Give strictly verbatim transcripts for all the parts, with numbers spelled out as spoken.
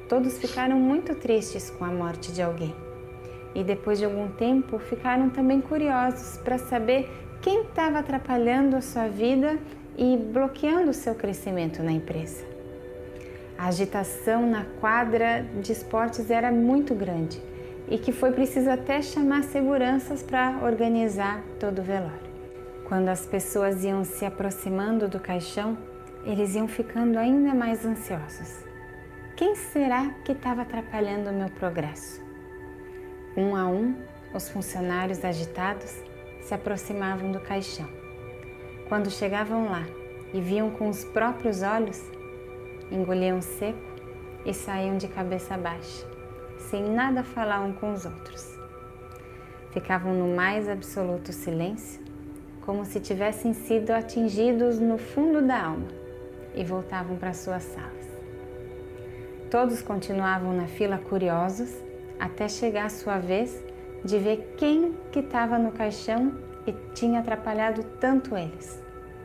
todos ficaram muito tristes com a morte de alguém. E depois de algum tempo ficaram também curiosos para saber quem estava atrapalhando a sua vida e bloqueando o seu crescimento na empresa. A agitação na quadra de esportes era muito grande e que foi preciso até chamar seguranças para organizar todo o velório. Quando as pessoas iam se aproximando do caixão, eles iam ficando ainda mais ansiosos. Quem será que estava atrapalhando o meu progresso? Um a um, os funcionários agitados se aproximavam do caixão. Quando chegavam lá e viam com os próprios olhos, engoliam seco e saíam de cabeça baixa, sem nada falar um com os outros. Ficavam no mais absoluto silêncio, como se tivessem sido atingidos no fundo da alma, e voltavam para suas salas. Todos continuavam na fila curiosos, até chegar a sua vez de ver quem que estava no caixão e tinha atrapalhado tanto eles.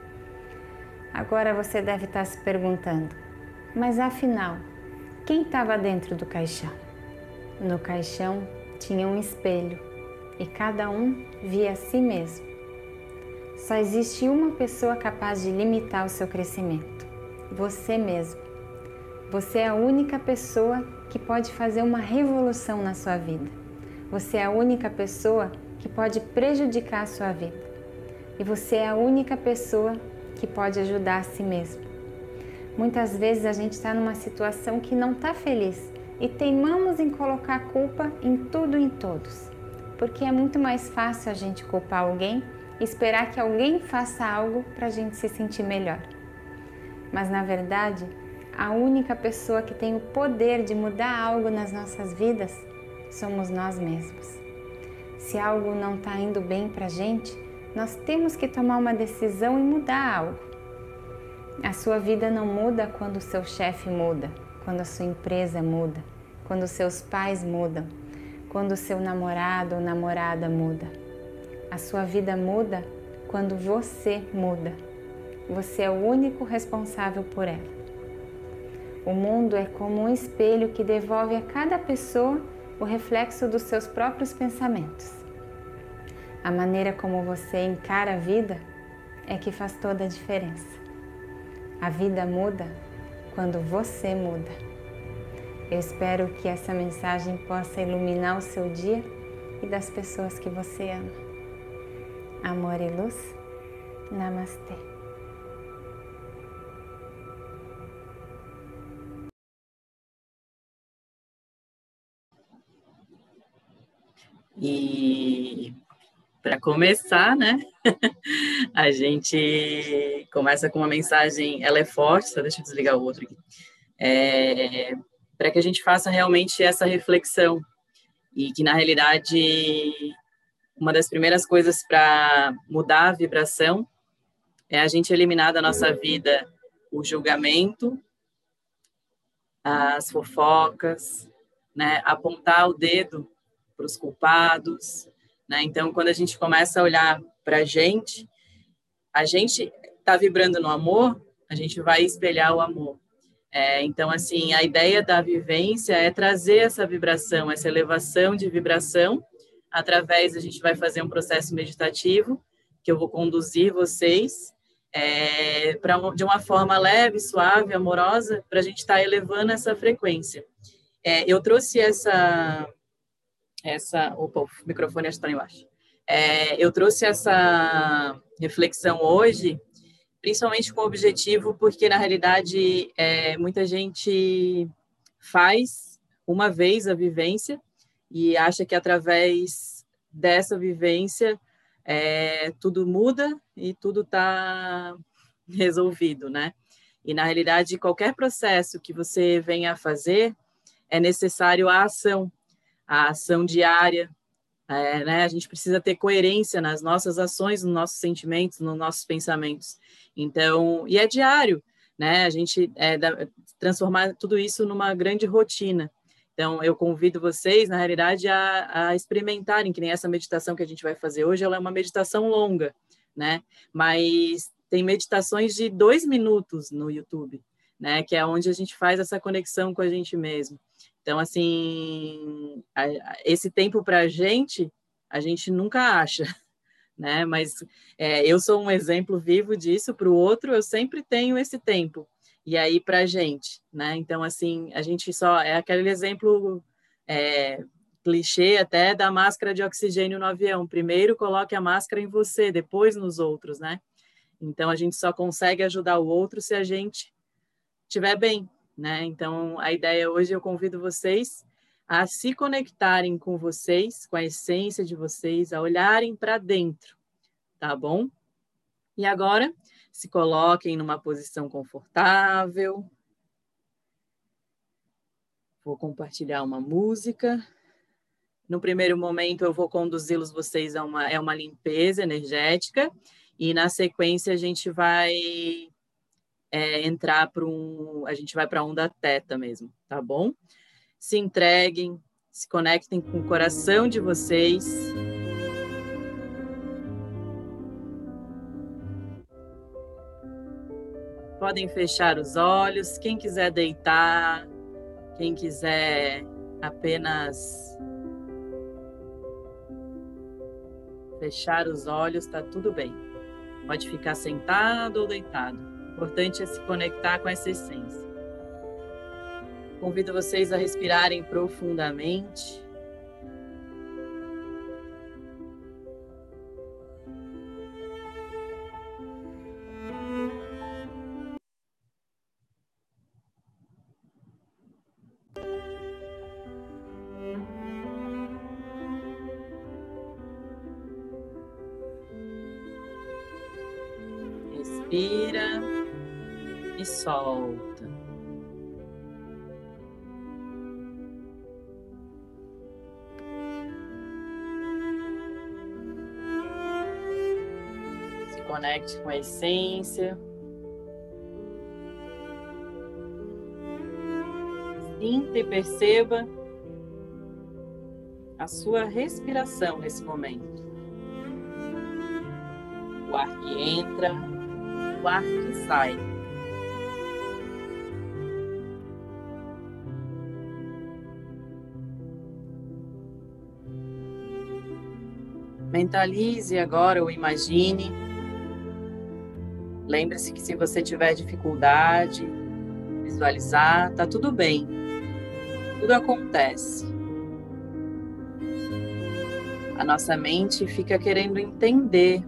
Agora você deve estar se perguntando, mas afinal, quem estava dentro do caixão? No caixão tinha um espelho e cada um via a si mesmo. Só existe uma pessoa capaz de limitar o seu crescimento, você mesmo. Você é a única pessoa que pode fazer uma revolução na sua vida. Você é a única pessoa que pode prejudicar a sua vida. E você é a única pessoa que pode ajudar a si mesmo. Muitas vezes a gente está numa situação que não está feliz e teimamos em colocar a culpa em tudo e em todos. Porque é muito mais fácil a gente culpar alguém e esperar que alguém faça algo para a gente se sentir melhor. Mas na verdade, a única pessoa que tem o poder de mudar algo nas nossas vidas somos nós mesmos. Se algo não está indo bem para a gente, nós temos que tomar uma decisão e mudar algo. A sua vida não muda quando o seu chefe muda, quando a sua empresa muda, quando os seus pais mudam, quando o seu namorado ou namorada muda. A sua vida muda quando você muda. Você é o único responsável por ela. O mundo é como um espelho que devolve a cada pessoa o reflexo dos seus próprios pensamentos. A maneira como você encara a vida é que faz toda a diferença. A vida muda quando você muda. Eu espero que essa mensagem possa iluminar o seu dia e das pessoas que você ama. Amor e luz. Namastê. E para começar, né, a gente começa com uma mensagem, ela é forte, só deixa eu desligar o outro aqui, é, para que a gente faça realmente essa reflexão e que, na realidade, uma das primeiras coisas para mudar a vibração é a gente eliminar da nossa vida o julgamento, as fofocas, né, apontar o dedo para os culpados, né? Então, quando a gente começa a olhar para a gente, a gente está vibrando no amor, a gente vai espelhar o amor. É, então, assim, a ideia da vivência é trazer essa vibração, essa elevação de vibração, através, a gente vai fazer um processo meditativo, que eu vou conduzir vocês, é, pra, de uma forma leve, suave, amorosa, para a gente estar tá elevando essa frequência. É, eu trouxe essa... essa opa, o microfone está embaixo. É, eu trouxe essa reflexão hoje, principalmente com o objetivo, porque, na realidade, é, muita gente faz uma vez a vivência e acha que, através dessa vivência, é, tudo muda e tudo está resolvido, né? E, na realidade, qualquer processo que você venha a fazer, é necessário a ação, a ação diária, é, né? A gente precisa ter coerência nas nossas ações, nos nossos sentimentos, nos nossos pensamentos. Então, e é diário, né? A gente é, da, transformar tudo isso numa grande rotina. Então, eu convido vocês, na realidade, a, a experimentarem, que nem essa meditação que a gente vai fazer hoje, ela é uma meditação longa, né? Mas tem meditações de dois minutos no YouTube, né? Que é onde a gente faz essa conexão com a gente mesmo. Então, assim, a, a, esse tempo para a gente, a gente nunca acha, né? Mas é, eu sou um exemplo vivo disso. Para o outro, eu sempre tenho esse tempo. E aí, para a gente, né? Então, assim, a gente só... É aquele exemplo é, clichê até da máscara de oxigênio no avião. Primeiro, coloque a máscara em você, depois nos outros, né? Então, a gente só consegue ajudar o outro se a gente estiver bem, né? Então, a ideia hoje, eu convido vocês a se conectarem com vocês, com a essência de vocês, a olharem para dentro, tá bom? E agora, se coloquem numa posição confortável. Vou compartilhar uma música. No primeiro momento, eu vou conduzi-los vocês a uma, é uma limpeza energética, e na sequência a gente vai é, entrar para um... A gente vai para a onda teta mesmo, tá bom? Se entreguem, se conectem com o coração de vocês. Podem fechar os olhos, quem quiser deitar, quem quiser apenas fechar os olhos, tá tudo bem. Pode ficar sentado ou deitado. O importante é se conectar com essa essência. Convido vocês a respirarem profundamente. Respira e solta. Se conecte com a essência. Sinta e perceba a sua respiração nesse momento. O ar que entra, o ar que sai. Mentalize agora ou imagine. Lembre-se que se você tiver dificuldade, visualizar, tá tudo bem. Tudo acontece. A nossa mente fica querendo entender.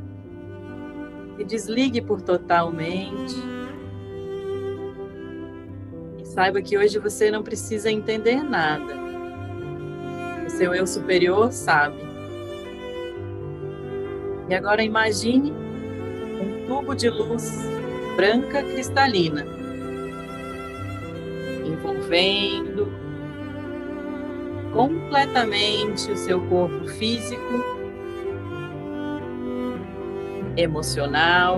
E desligue por totalmente. E saiba que hoje você não precisa entender nada. O seu eu superior sabe. E agora imagine um tubo de luz branca cristalina, envolvendo completamente o seu corpo físico, emocional,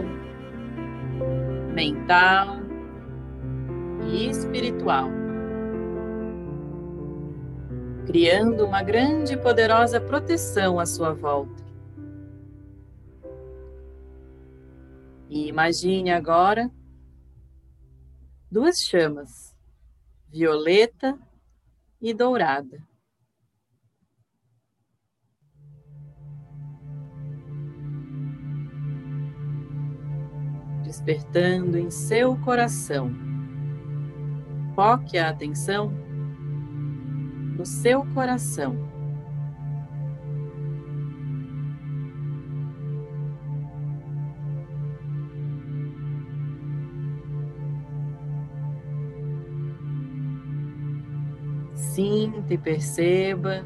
mental e espiritual, criando uma grande e poderosa proteção à sua volta. E imagine agora duas chamas, violeta e dourada. Despertando em seu coração. Foque a atenção no seu coração. Sinta e perceba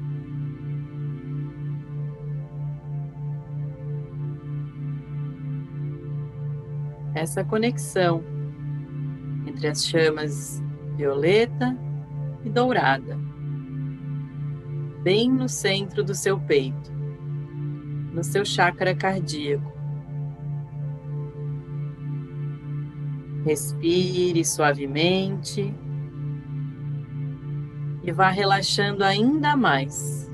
essa conexão entre as chamas violeta e dourada, bem no centro do seu peito, no seu chakra cardíaco. Respire suavemente e vá relaxando ainda mais.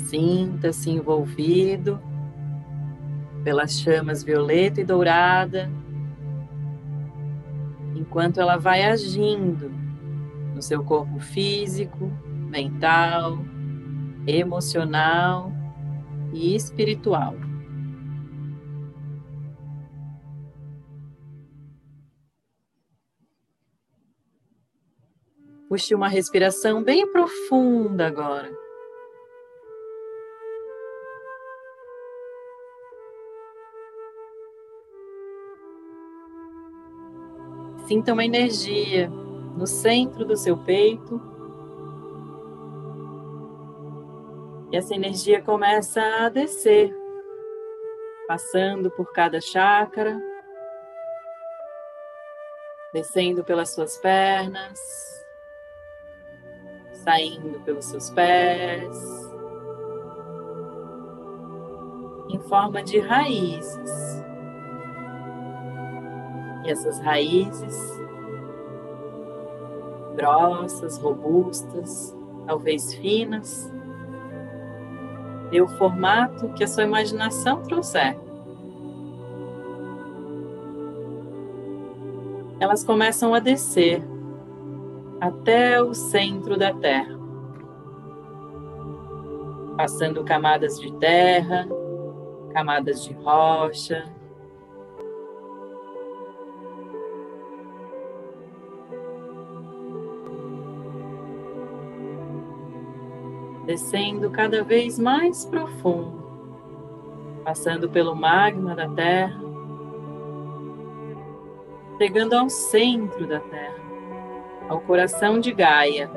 Sinta-se envolvido pelas chamas violeta e dourada, enquanto ela vai agindo no seu corpo físico, mental, emocional e espiritual. Puxe uma respiração bem profunda agora. Sinta uma energia no centro do seu peito. E essa energia começa a descer, passando por cada chakra, descendo pelas suas pernas, saindo pelos seus pés, em forma de raízes. E essas raízes, grossas, robustas, talvez finas, dê o formato que a sua imaginação trouxer. Elas começam a descer até o centro da Terra, passando camadas de terra, camadas de rocha, descendo cada vez mais profundo, passando pelo magma da Terra, chegando ao centro da Terra, ao coração de Gaia.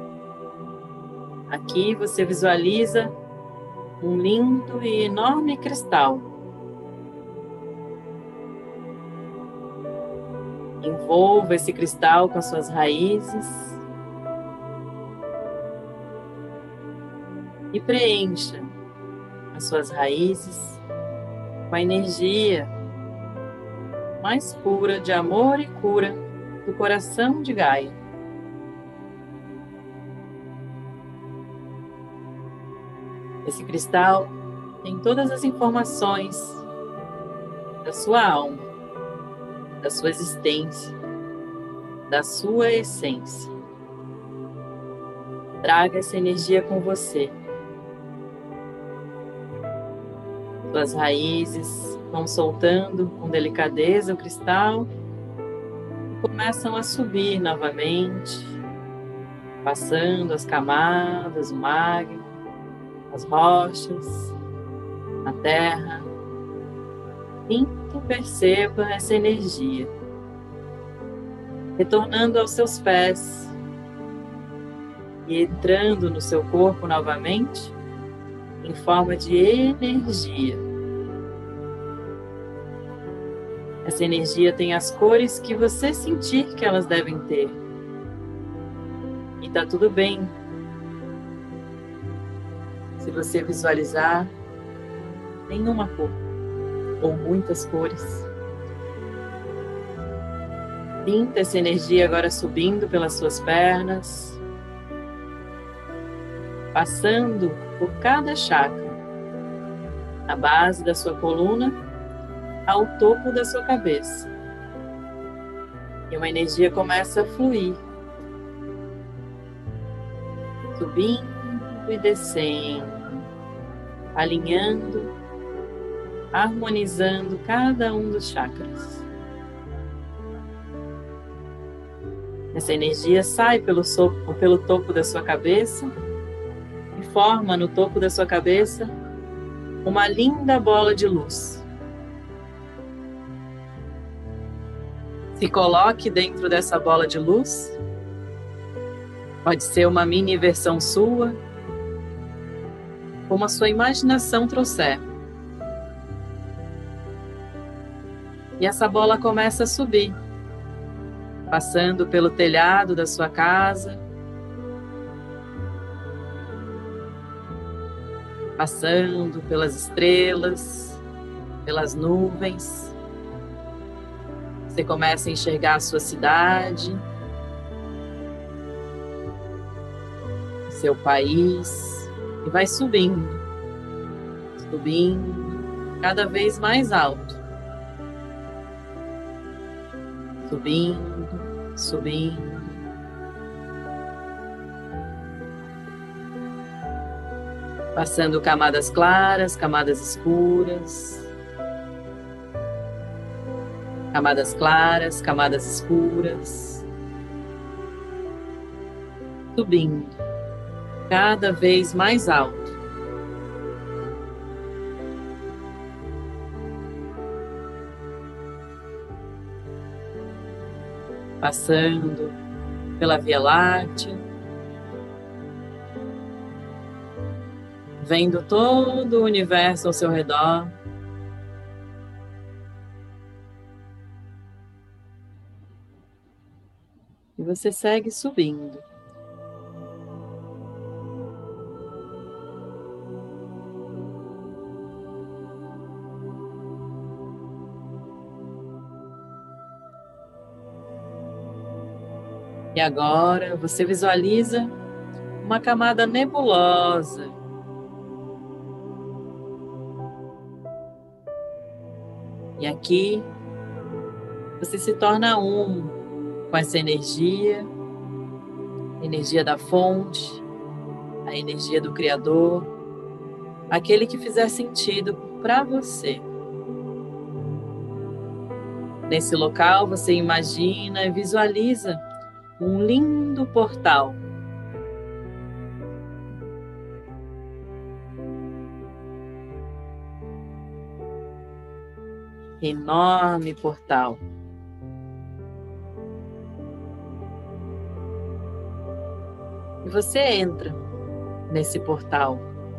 Aqui você visualiza um lindo e enorme cristal. Envolva esse cristal com as suas raízes e preencha as suas raízes com a energia mais pura de amor e cura do coração de Gaia. Esse cristal tem todas as informações da sua alma, da sua existência, da sua essência. Traga essa energia com você. Suas raízes vão soltando com delicadeza o cristal e começam a subir novamente, passando as camadas, o magma, as rochas, a terra. Sinta e perceba essa energia, retornando aos seus pés e entrando no seu corpo novamente em forma de energia. Essa energia tem as cores que você sentir que elas devem ter. E tá tudo bem se você visualizar nenhuma cor ou muitas cores. Sinta essa energia agora subindo pelas suas pernas, passando por cada chakra, na base da sua coluna, ao topo da sua cabeça. E uma energia começa a fluir, subindo e descendo, alinhando, harmonizando cada um dos chakras. Essa energia sai pelo, sopro, pelo topo da sua cabeça e forma no topo da sua cabeça uma linda bola de luz. Se coloque dentro dessa bola de luz. Pode ser uma mini versão sua, como a sua imaginação trouxer. E essa bola começa a subir, passando pelo telhado da sua casa, passando pelas estrelas, pelas nuvens. Você começa a enxergar a sua cidade, seu país, e vai subindo, subindo cada vez mais alto, subindo, subindo. Passando camadas claras, camadas escuras, camadas claras, camadas escuras, subindo cada vez mais alto. Passando pela Via Láctea, vendo todo o universo ao seu redor. E você segue subindo. E agora você visualiza uma camada nebulosa. E aqui você se torna um com essa energia, a energia da fonte, a energia do Criador, aquele que fizer sentido para você. Nesse local você imagina e visualiza um lindo portal. Enorme portal. E você entra nesse portal.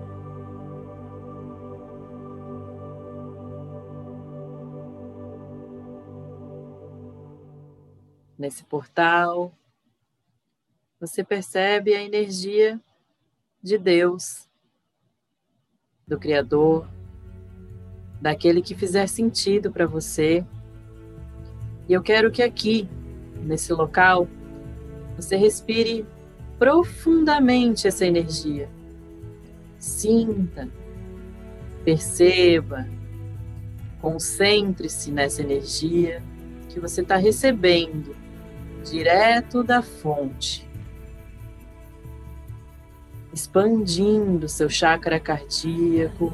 Nesse portal, você percebe a energia de Deus, do Criador, daquele que fizer sentido para você. E eu quero que aqui, nesse local, você respire profundamente essa energia. Sinta, perceba, concentre-se nessa energia que você está recebendo direto da fonte, expandindo seu chakra cardíaco,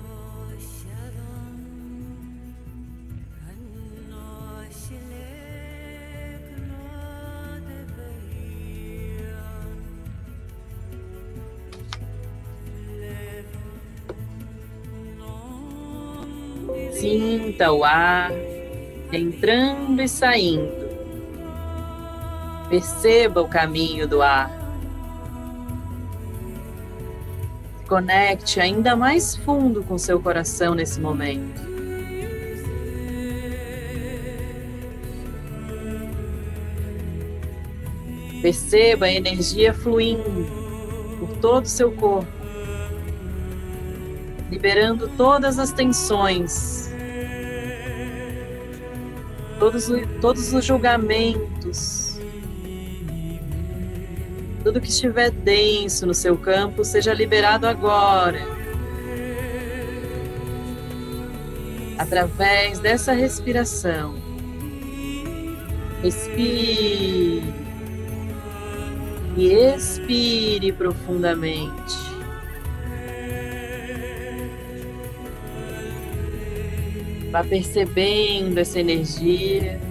sinta o ar entrando e saindo. Perceba o caminho do ar. Se conecte ainda mais fundo com seu coração nesse momento. Perceba a energia fluindo por todo o seu corpo, liberando todas as tensões, todos, todos os julgamentos, tudo que estiver denso no seu campo, seja liberado agora. Através dessa respiração. Respire e expire profundamente. Vá percebendo essa energia.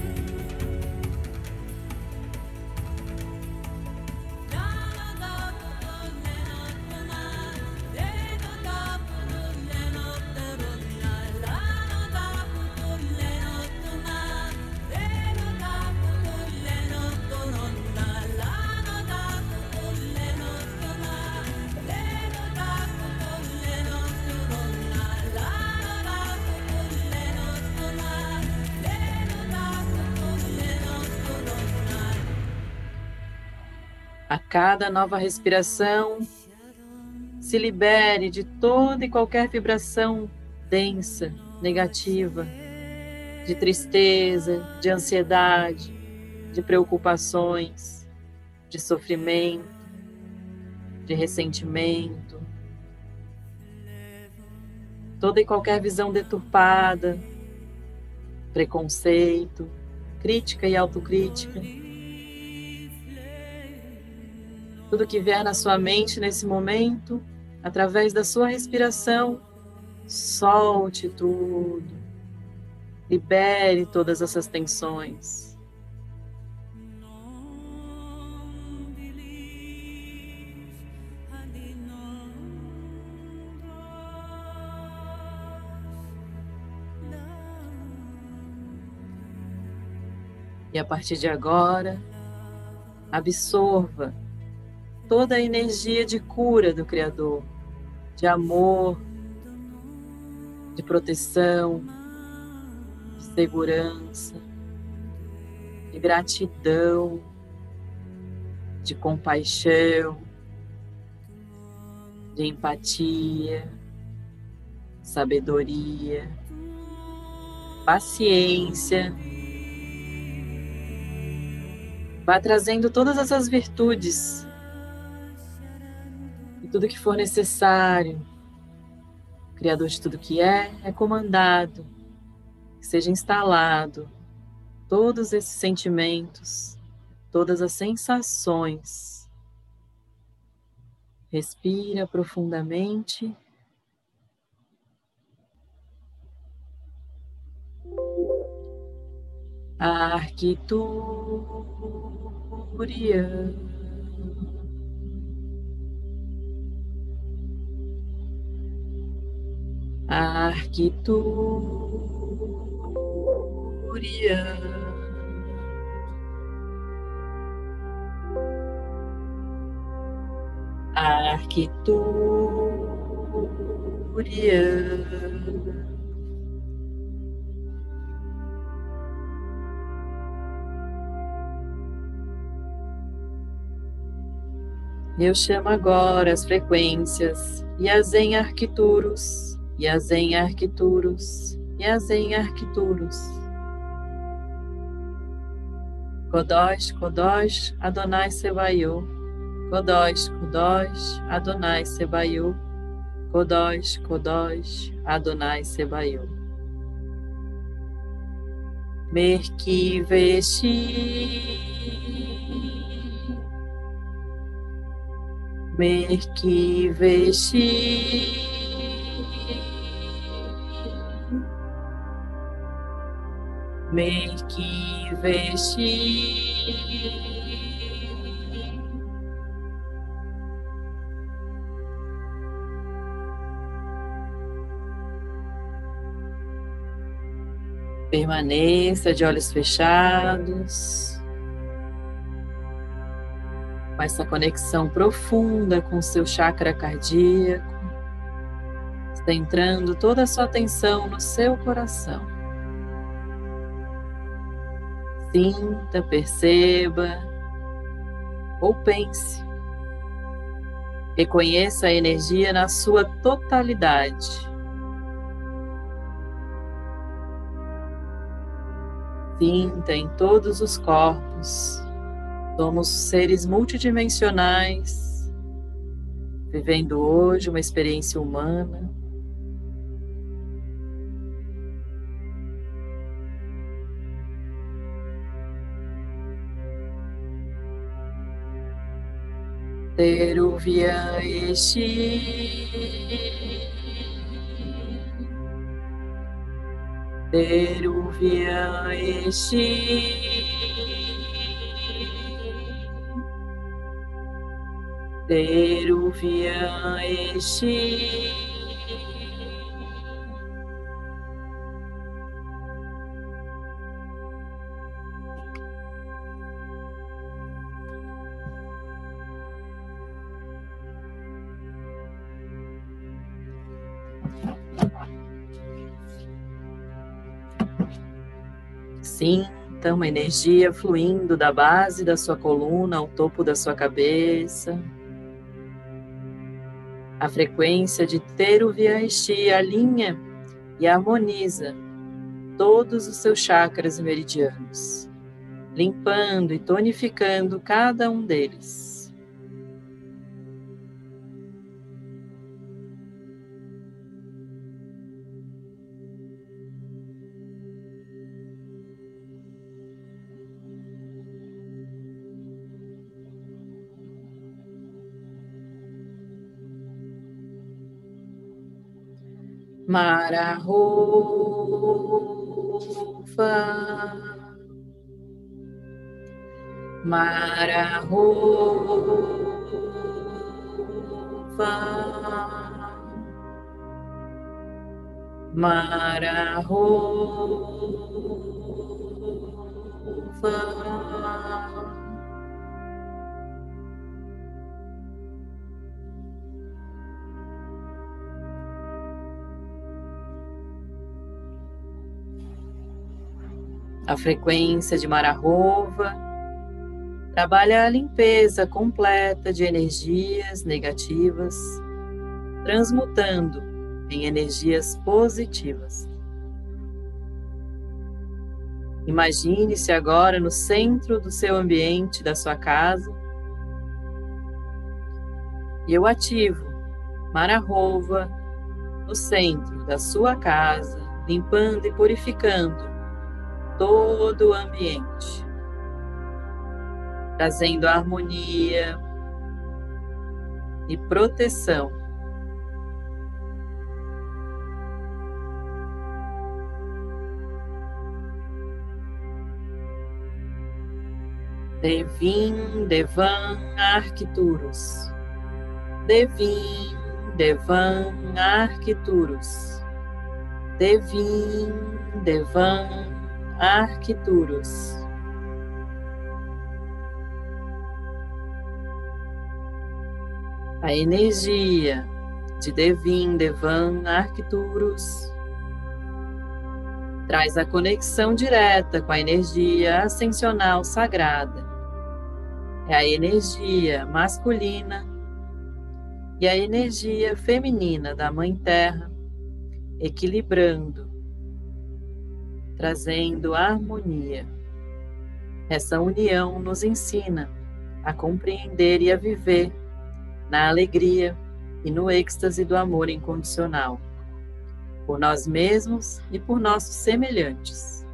A cada nova respiração, se libere de toda e qualquer vibração densa, negativa, de tristeza, de ansiedade, de preocupações, de sofrimento, de ressentimento. toda e qualquer visão deturpada, preconceito, crítica e autocrítica. Tudo que vier na sua mente nesse momento, através da sua respiração, solte tudo. Libere todas essas tensões. E a partir de agora, absorva toda a energia de cura do Criador, de amor, de proteção, de segurança, de gratidão, de compaixão, de empatia, sabedoria, paciência. Vá trazendo todas essas virtudes e tudo que for necessário. O Criador de tudo que é, é comandado, que seja instalado todos esses sentimentos, todas as sensações. Respira profundamente. Arquitúria. Arquitúria. Arquitúria. Eu chamo agora as frequências Yazen Arquituros, Yazen Arquituros, Yazen Arquituros. Kodosh, Kodosh, Adonai Sebaot. Kodosh, Kodosh, Adonai Sebaot. Kodosh, Kodosh, Adonai Sebaot. Merkiveshi. Merkiveshi. Merkiveshi. Permaneça de olhos fechados, com essa conexão profunda com o seu chakra cardíaco, centrando toda a sua atenção no seu coração. Sinta, perceba ou pense. Reconheça a energia na sua totalidade. Sinta em todos os corpos. Somos seres multidimensionais, vivendo hoje uma experiência humana. Teruvia Eshi. Teruvia Eshi. Teruvia Eshi. Sinta uma energia fluindo da base da sua coluna ao topo da sua cabeça. A frequência de Teruvia Eshi alinha e harmoniza todos os seus chakras e meridianos, limpando e tonificando cada um deles. Marahofa, Marahofa, Marahofa. A frequência de Marahova trabalha a limpeza completa de energias negativas, transmutando em energias positivas. Imagine-se agora no centro do seu ambiente, da sua casa, e eu ativo Marahova no centro da sua casa, limpando e purificando todo o ambiente, trazendo harmonia e proteção. Devim, Devan, Arcturus. Devim, Devan, Arcturus. Devim, Devan, Arcturus. A energia de Devim, Devan, Arcturus traz a conexão direta com a energia ascensional sagrada. É a energia masculina e a energia feminina da Mãe Terra, equilibrando, trazendo harmonia. Essa união nos ensina a compreender e a viver na alegria e no êxtase do amor incondicional, por nós mesmos e por nossos semelhantes.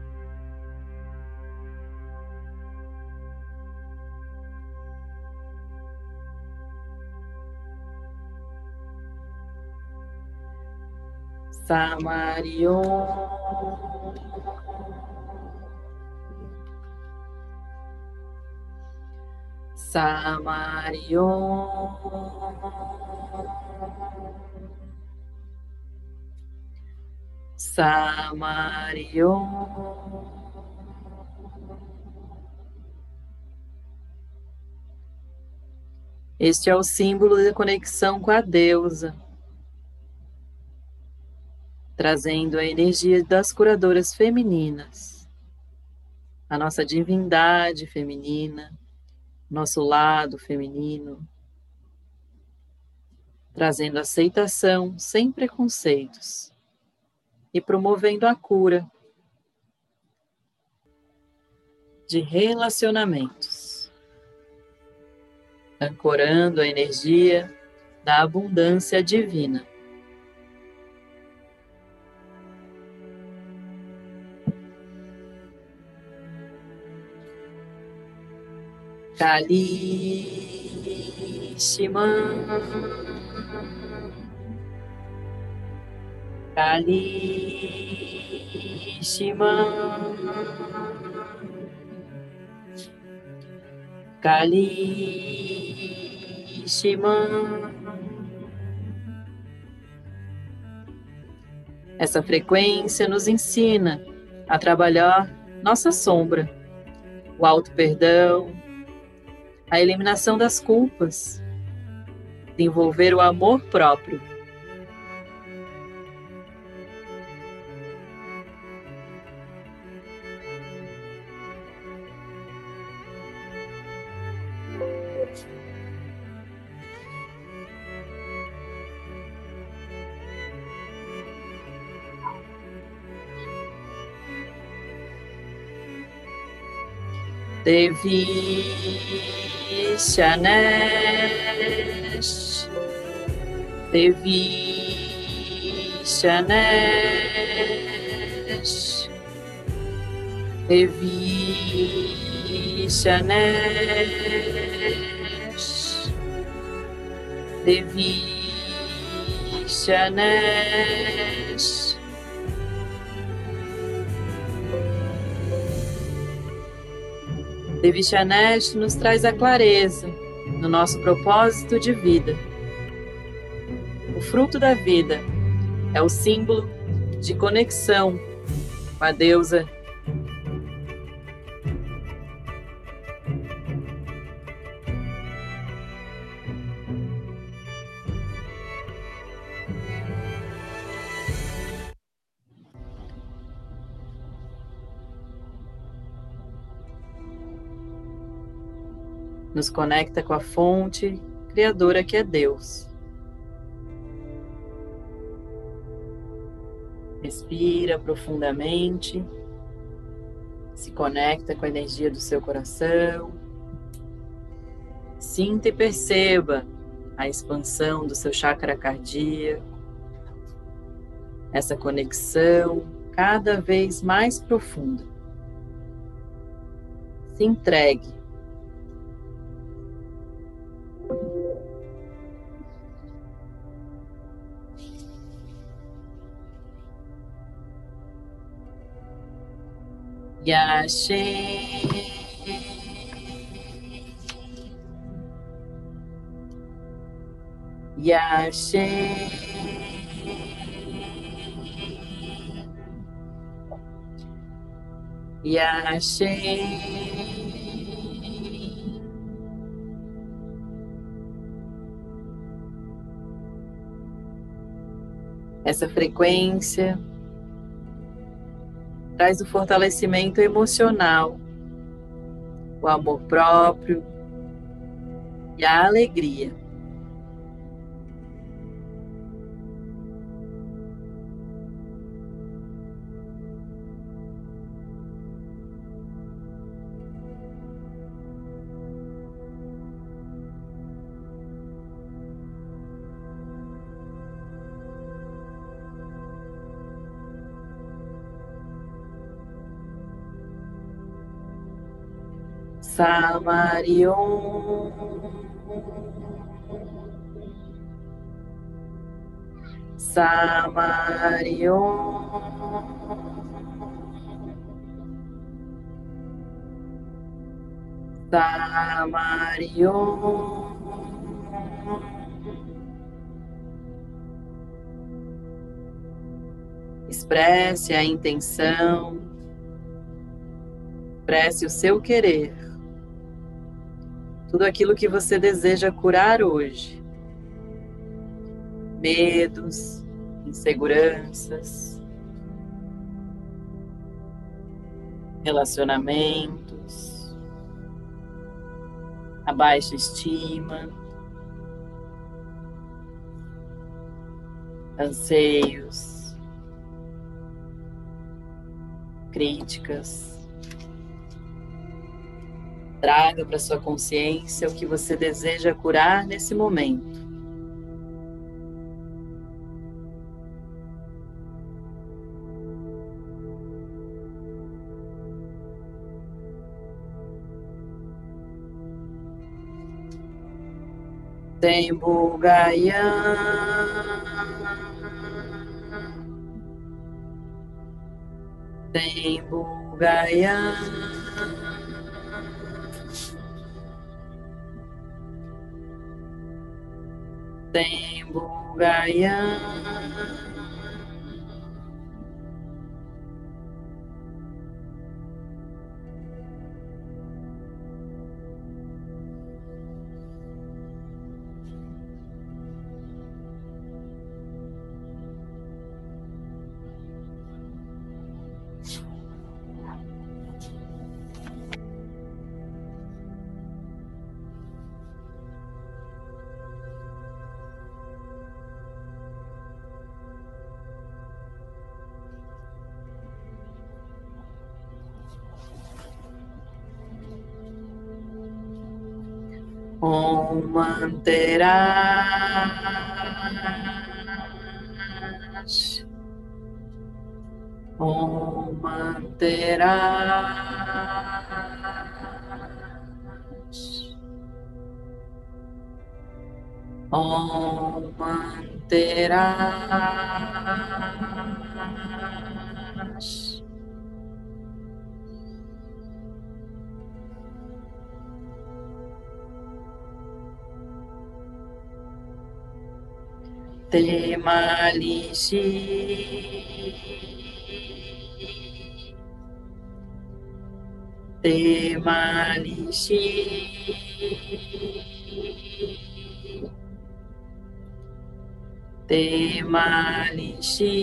Samarion, Samarion, Samarion. Este é o símbolo de conexão com a deusa, trazendo a energia das curadoras femininas, a nossa divindade feminina, nosso lado feminino, trazendo aceitação sem preconceitos e promovendo a cura de relacionamentos, ancorando a energia da abundância divina. Kali Shiman, Kali Shiman, Kali Shiman. Essa frequência nos ensina a trabalhar nossa sombra, o auto-perdão, a eliminação das culpas, desenvolver o amor próprio. Devi Shanesh, Devi Shanesh, Devi Shanesh, Devi Shanesh. Devi Shanesh nos traz a clareza no nosso propósito de vida. O fruto da vida é o símbolo de conexão com a deusa. Nos conecta com a fonte criadora que é Deus. Respira profundamente, se conecta com a energia do seu coração, sinta e perceba a expansão do seu chakra cardíaco, essa conexão cada vez mais profunda. Se entregue. Yashe. Yashe. Yashe. Essa frequência traz o fortalecimento emocional, o amor próprio e a alegria. Samarion, Samarion, Samarion. Expresse a intenção, expresse o seu querer. Tudo aquilo que você deseja curar hoje. Medos, inseguranças, relacionamentos, a baixa estima, anseios, críticas. Traga para sua consciência o que você deseja curar nesse momento. Tembo Gaian, Tembo Gaian, Tembo Gaian. Om Manterash, Om Manterash, Om Manteras. Temalishi. Temalishi. Temalishi.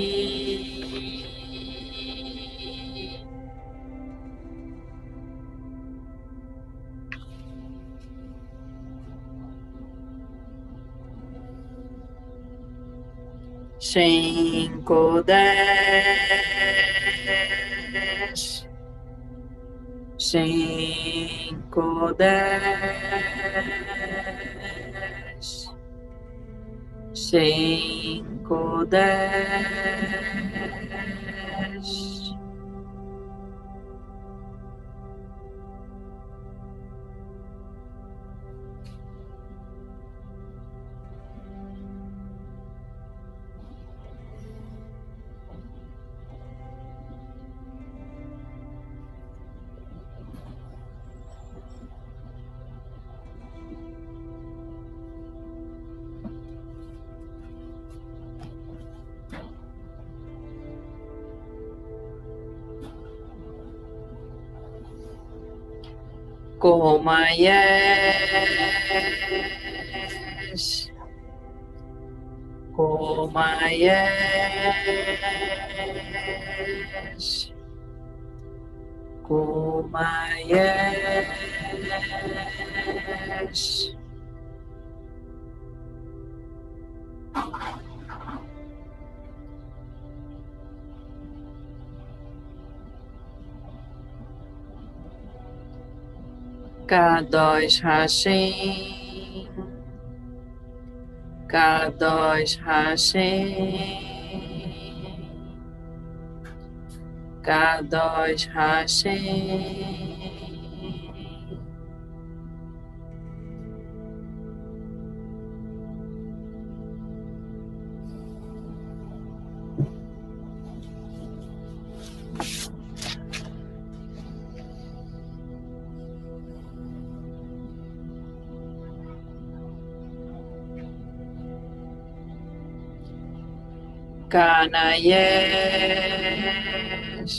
Shenkodesh. Shenkodesh. Shenkodesh. Komayesh. Komayesh. Komayesh. Kadosh Hashem. Kadosh Hashem. Kadosh Hashem. Kanayesh.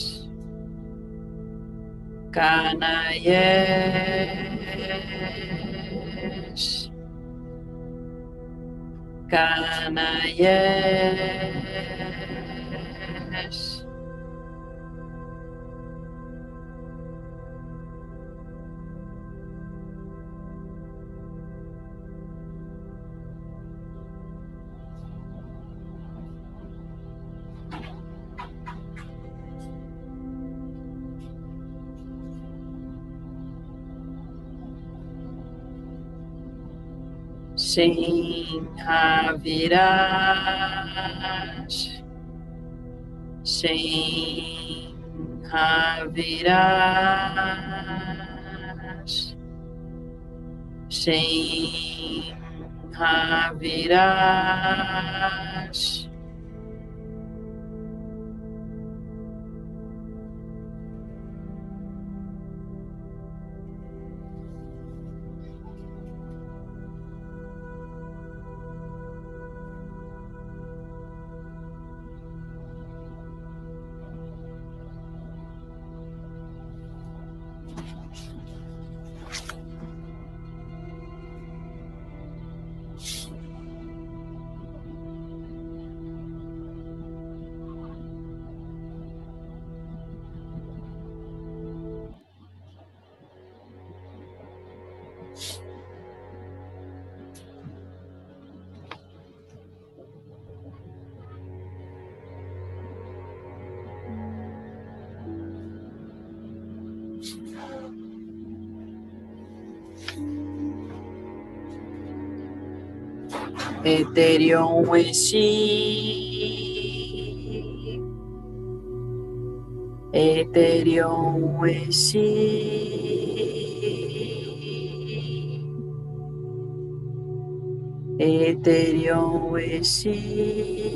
Kanayesh. Kanayesh. Shinhavirash. Shinhavirash. Shinhavirash. Eterion Weshi. Eterion Weshi. Eterion Exi.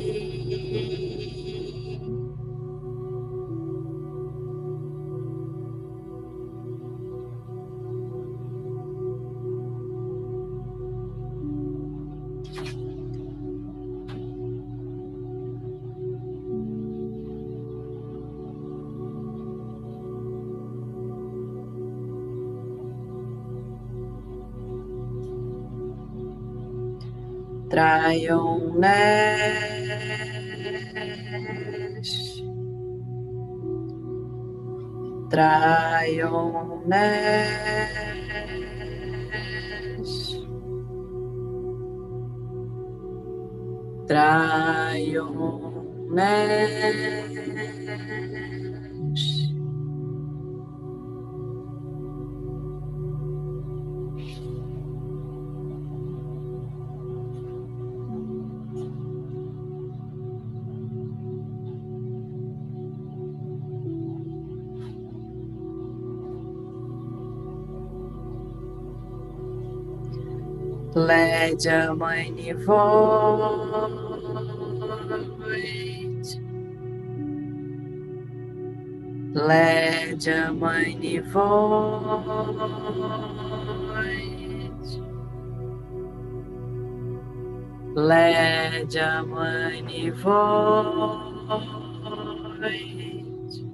Traion Nesh, Traion Nesh, Traion Nesh. Lédia Mãe Nivoide, Lédia Mãe Nivoide, Lédia Mãe Nivoide.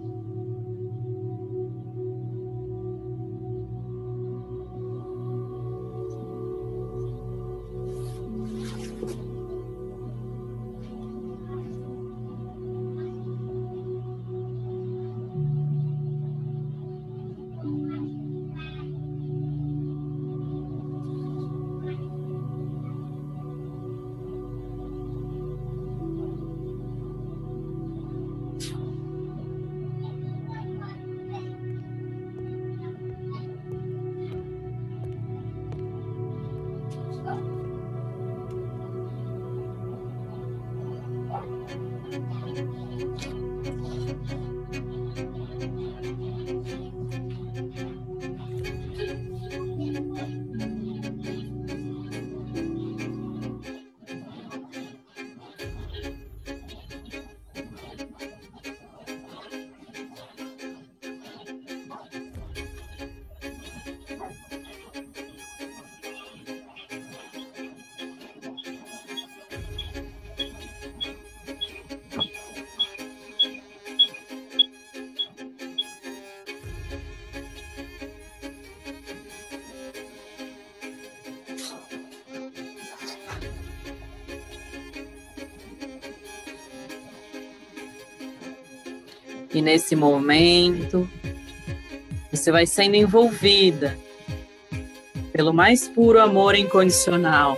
E nesse momento, você vai sendo envolvida pelo mais puro amor incondicional.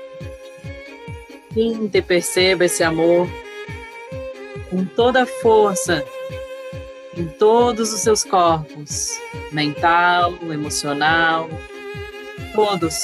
Sinta e perceba esse amor com toda a força em todos os seus corpos, mental, emocional, todos.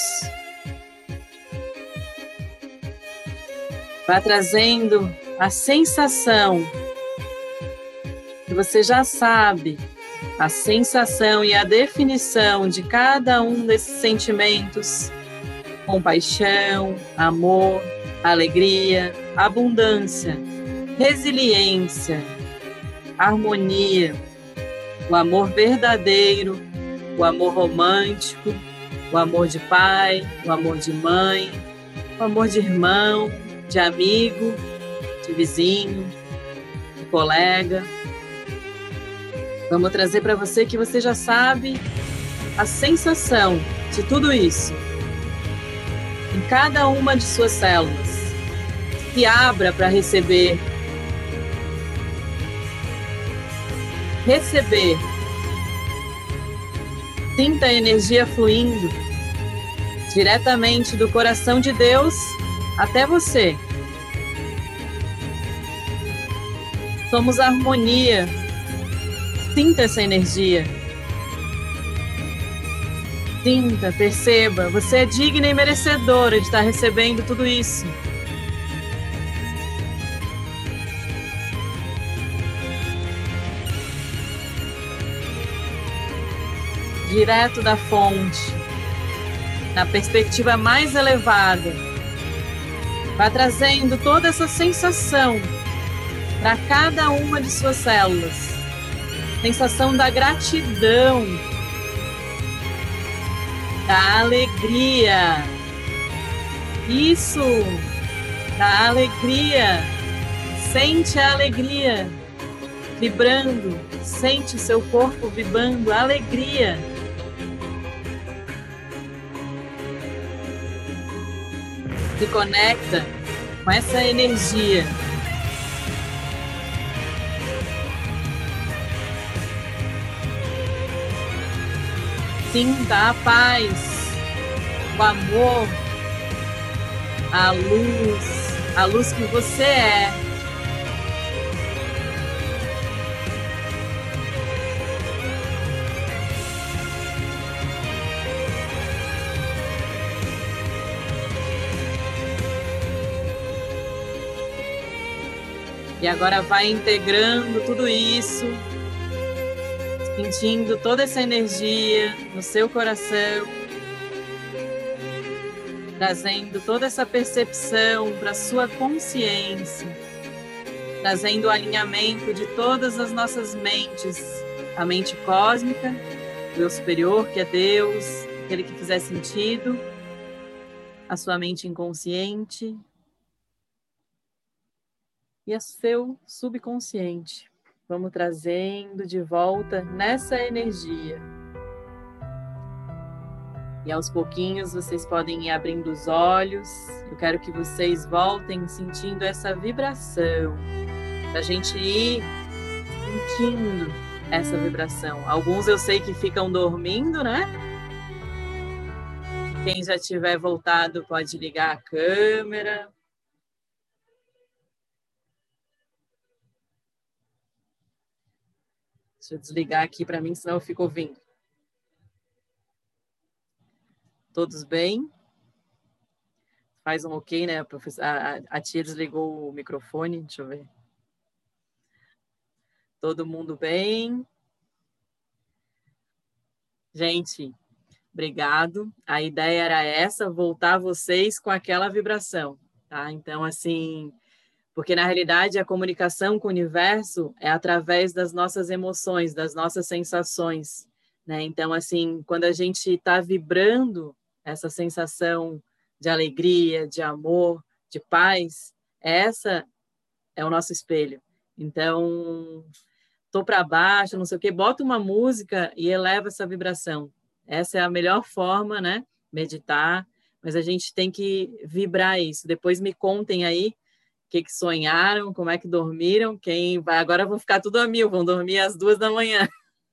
Vai trazendo a sensação que você já sabe, a sensação e a definição de cada um desses sentimentos: compaixão, amor, alegria, abundância, resiliência, harmonia, o amor verdadeiro, o amor romântico, o amor de pai, o amor de mãe, o amor de irmão, de amigo, de vizinho, de colega. Vamos trazer para você que você já sabe a sensação de tudo isso em cada uma de suas células. Se abra para receber. Receber. Sinta a energia fluindo diretamente do coração de Deus até você. Somos harmonia. Sinta essa energia. Sinta, perceba, você é digna e merecedora de estar recebendo tudo isso. Direto da fonte, na perspectiva mais elevada, Vá trazendo toda essa sensação para cada uma de suas células. Sensação da gratidão, da alegria. Isso, da alegria. Sente a alegria vibrando. Sente o seu corpo vibrando, alegria. Se conecta com essa energia. Sinta a paz, o amor, a luz, a luz que você é. E agora vai integrando tudo isso, sentindo toda essa energia no seu coração, trazendo toda essa percepção para a sua consciência, trazendo o alinhamento de todas as nossas mentes, a mente cósmica, o eu superior, que é Deus, aquele que fizer sentido, a sua mente inconsciente, e o seu subconsciente. Vamos trazendo de volta nessa energia. E aos pouquinhos vocês podem ir abrindo os olhos. Eu quero que vocês voltem sentindo essa vibração. Para a gente ir sentindo essa vibração. Alguns eu sei que ficam dormindo, né? Quem já tiver voltado pode ligar a câmera. Deixa eu desligar aqui para mim, senão eu fico ouvindo. Todos bem? Faz um ok, né? A, a, a tia desligou o microfone, deixa eu ver. Todo mundo bem? Gente, obrigado. A ideia era essa, voltar vocês com aquela vibração, tá? Então, assim... Porque, na realidade, a comunicação com o universo é através das nossas emoções, das nossas sensações, né? Então, assim, quando a gente está vibrando essa sensação de alegria, de amor, de paz, essa é o nosso espelho. Então, tô para baixo, não sei o quê, bota uma música e eleva essa vibração. Essa é a melhor forma, né? Meditar, mas a gente tem que vibrar isso. Depois me contem aí o que, que sonharam, como é que dormiram, quem vai... Agora vão ficar tudo a mil, vão dormir às duas da manhã.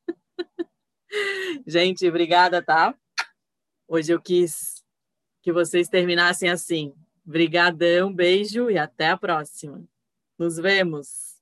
Gente, obrigada, tá? Hoje eu quis que vocês terminassem assim. Brigadão, beijo e até a próxima. Nos vemos!